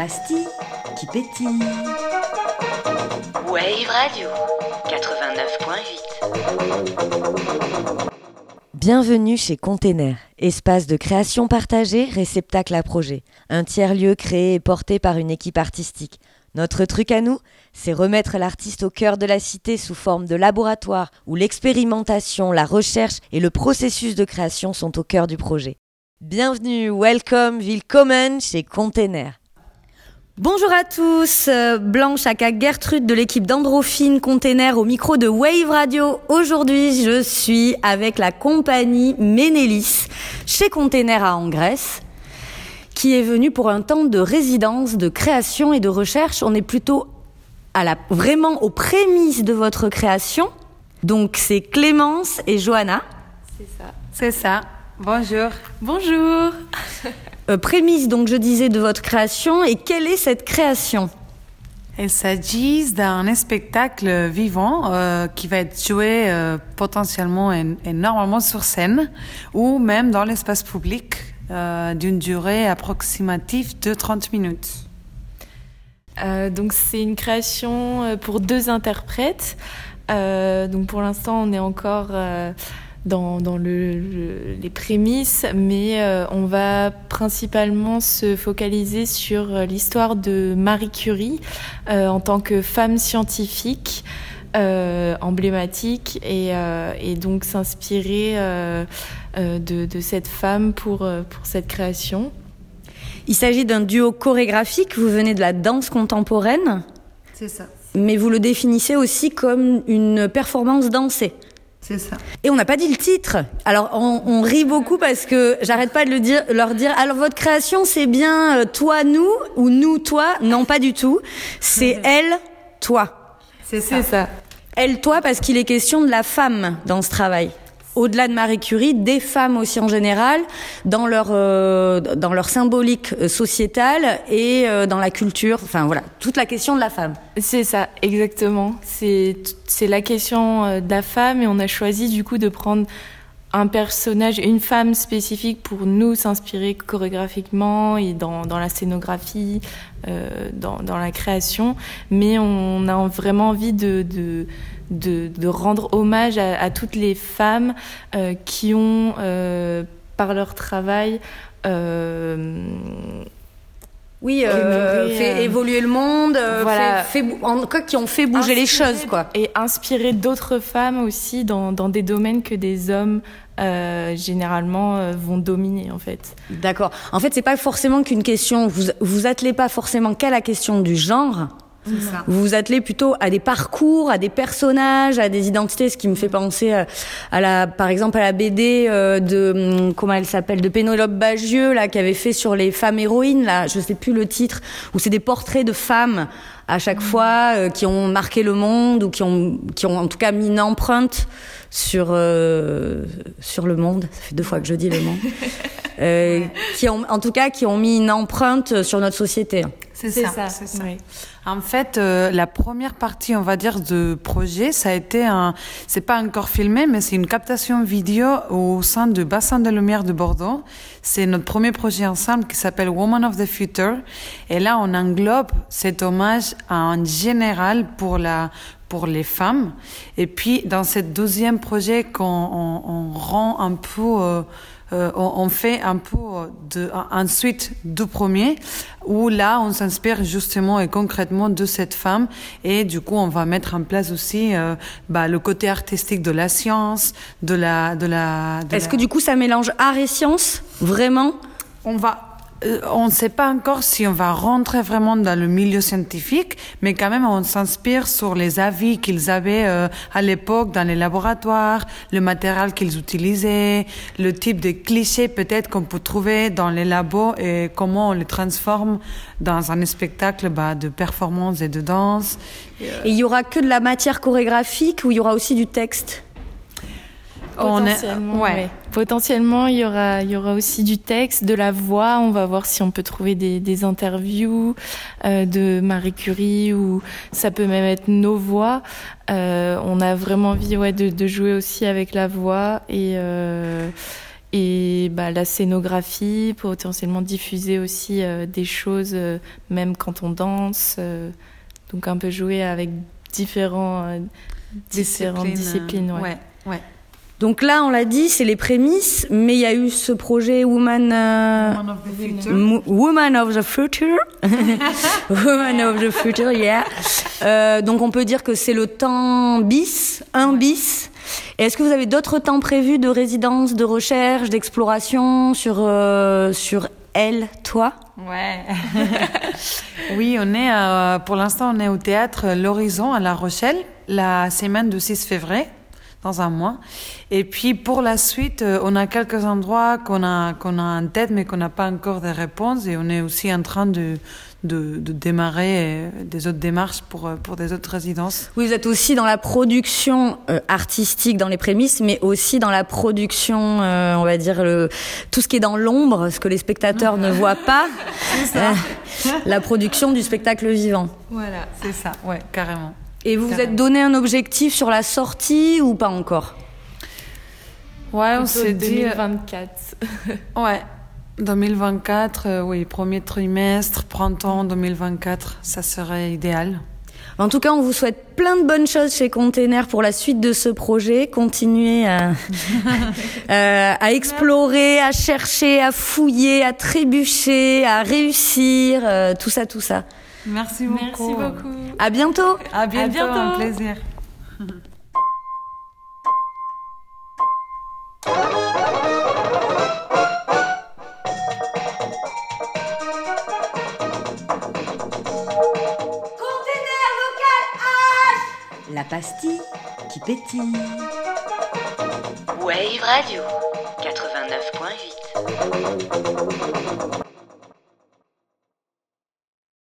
pastille qui pétille. Wave Radio 89.8. Bienvenue chez Container, espace de création partagée, réceptacle à projet. Un tiers-lieu créé et porté par une équipe artistique. Notre truc à nous, c'est remettre l'artiste au cœur de la cité sous forme de laboratoire où l'expérimentation, la recherche et le processus de création sont au cœur du projet. Bienvenue, welcome, willkommen chez Container. Bonjour à tous, Blanche aka Gertrude de l'équipe d'Androphine Container au micro de Wave Radio. Aujourd'hui, je suis avec la compagnie Ménélis chez Container en Grèce, qui est venue pour un temps de résidence, de création et de recherche. On est plutôt vraiment aux prémices de votre création. Donc c'est Clémence et Johanna. C'est ça. Bonjour. Bonjour. Prémisse, donc je disais, de votre création. Et quelle est cette création ? Il s'agit d'un spectacle vivant qui va être joué potentiellement et normalement sur scène ou même dans l'espace public d'une durée approximative de 30 minutes. Donc c'est une création pour 2 interprètes. Donc pour l'instant on est encore dans les prémices, mais on va principalement se focaliser sur l'histoire de Marie Curie en tant que femme scientifique emblématique et donc s'inspirer de cette femme pour cette création. Il s'agit d'un duo chorégraphique, vous venez de la danse contemporaine. C'est ça. Mais vous le définissez aussi comme une performance dansée. C'est ça. Et on n'a pas dit le titre. Alors on rit beaucoup parce que j'arrête pas de leur dire alors votre création c'est bien toi nous ou nous toi. Non, pas du tout. C'est elle toi. C'est ça. Elle toi parce qu'il est question de la femme dans ce travail. Au-delà de Marie Curie, des femmes aussi en général, dans leur symbolique sociétale et dans la culture, enfin voilà, toute la question de la femme. C'est ça, exactement. C'est la question de la femme et on a choisi du coup de prendre un personnage, une femme spécifique pour nous s'inspirer chorégraphiquement et dans la scénographie, dans la création, mais on a vraiment envie de rendre hommage à toutes les femmes qui ont, par leur travail, fait évoluer le monde, voilà. en tout cas qui ont fait bouger les choses, quoi. Et inspirer d'autres femmes aussi dans des domaines que des hommes généralement vont dominer en fait. D'accord. En fait, c'est pas forcément qu'une question. Vous attelez pas forcément qu'à la question du genre. C'est ça. Vous vous attelez plutôt à des parcours, à des personnages, à des identités, ce qui me fait penser par exemple à la BD comment elle s'appelle, de Pénélope Bagieux là, qui avait fait sur les femmes héroïnes là, je sais plus le titre, où c'est des portraits de femmes à chaque fois qui ont marqué le monde ou qui ont en tout cas mis une empreinte sur le monde. Ça fait 2 fois que je dis le monde. Qui ont mis une empreinte sur notre société. C'est ça. Oui. En fait, la première partie, on va dire, de projet, ça a été c'est pas encore filmé, mais c'est une captation vidéo au sein du Bassin de Lumière de Bordeaux. C'est notre premier projet ensemble qui s'appelle Woman of the Future. Et là, on englobe cet hommage en général pour les femmes. Et puis, dans ce deuxième projet on rend un peu, on fait un peu ensuite du premier, où là, on s'inspire justement et concrètement de cette femme. Et du coup, on va mettre en place aussi, le côté artistique de la science, Est-ce que du coup, ça mélange art et science? Vraiment? On ne sait pas encore si on va rentrer vraiment dans le milieu scientifique, mais quand même on s'inspire sur les avis qu'ils avaient à l'époque dans les laboratoires, le matériel qu'ils utilisaient, le type de clichés peut-être qu'on peut trouver dans les labos et comment on les transforme dans un spectacle de performance et de danse. Et il y aura que de la matière chorégraphique ou il y aura aussi du texte? Potentiellement, il y aura aussi du texte, de la voix. On va voir si on peut trouver des interviews de Marie Curie ou ça peut même être nos voix. On a vraiment envie de jouer aussi avec la voix et Et la scénographie, potentiellement diffuser aussi des choses, même quand on danse. Donc un peu jouer avec différentes disciplines. Ouais. Donc là, on l'a dit, c'est les prémices, mais il y a eu ce projet Woman of the Future. Woman of the Future, yeah. Donc on peut dire que c'est le temps bis, 1 bis. Et est-ce que vous avez d'autres temps prévus de résidence, de recherche, d'exploration sur elle, toi? Ouais. Oui, pour l'instant, on est au théâtre L'Horizon à La Rochelle, la semaine du 6 février. Dans un mois. Et puis pour la suite, on a quelques endroits qu'on a en tête, mais qu'on n'a pas encore de réponses. Et on est aussi en train de démarrer des autres démarches pour des autres résidences. Oui, vous êtes aussi dans la production artistique, dans les prémices, mais aussi dans la production, on va dire, tout ce qui est dans l'ombre, ce que les spectateurs ne voient pas. C'est ça. La production du spectacle vivant. Voilà, c'est ça, ouais, carrément. Et vous vous êtes donné un objectif sur la sortie ou pas encore? Ouais, on s'est dit 2024. Ouais, 2024, oui, premier trimestre, printemps 2024, ça serait idéal. En tout cas, on vous souhaite plein de bonnes choses chez Container pour la suite de ce projet. Continuez à explorer, à chercher, à fouiller, à trébucher, à réussir, tout ça. Merci beaucoup. Merci beaucoup. À bientôt. À bientôt. Un plaisir. Container vocal H, la pastille qui pétille. Wave Radio 89.8.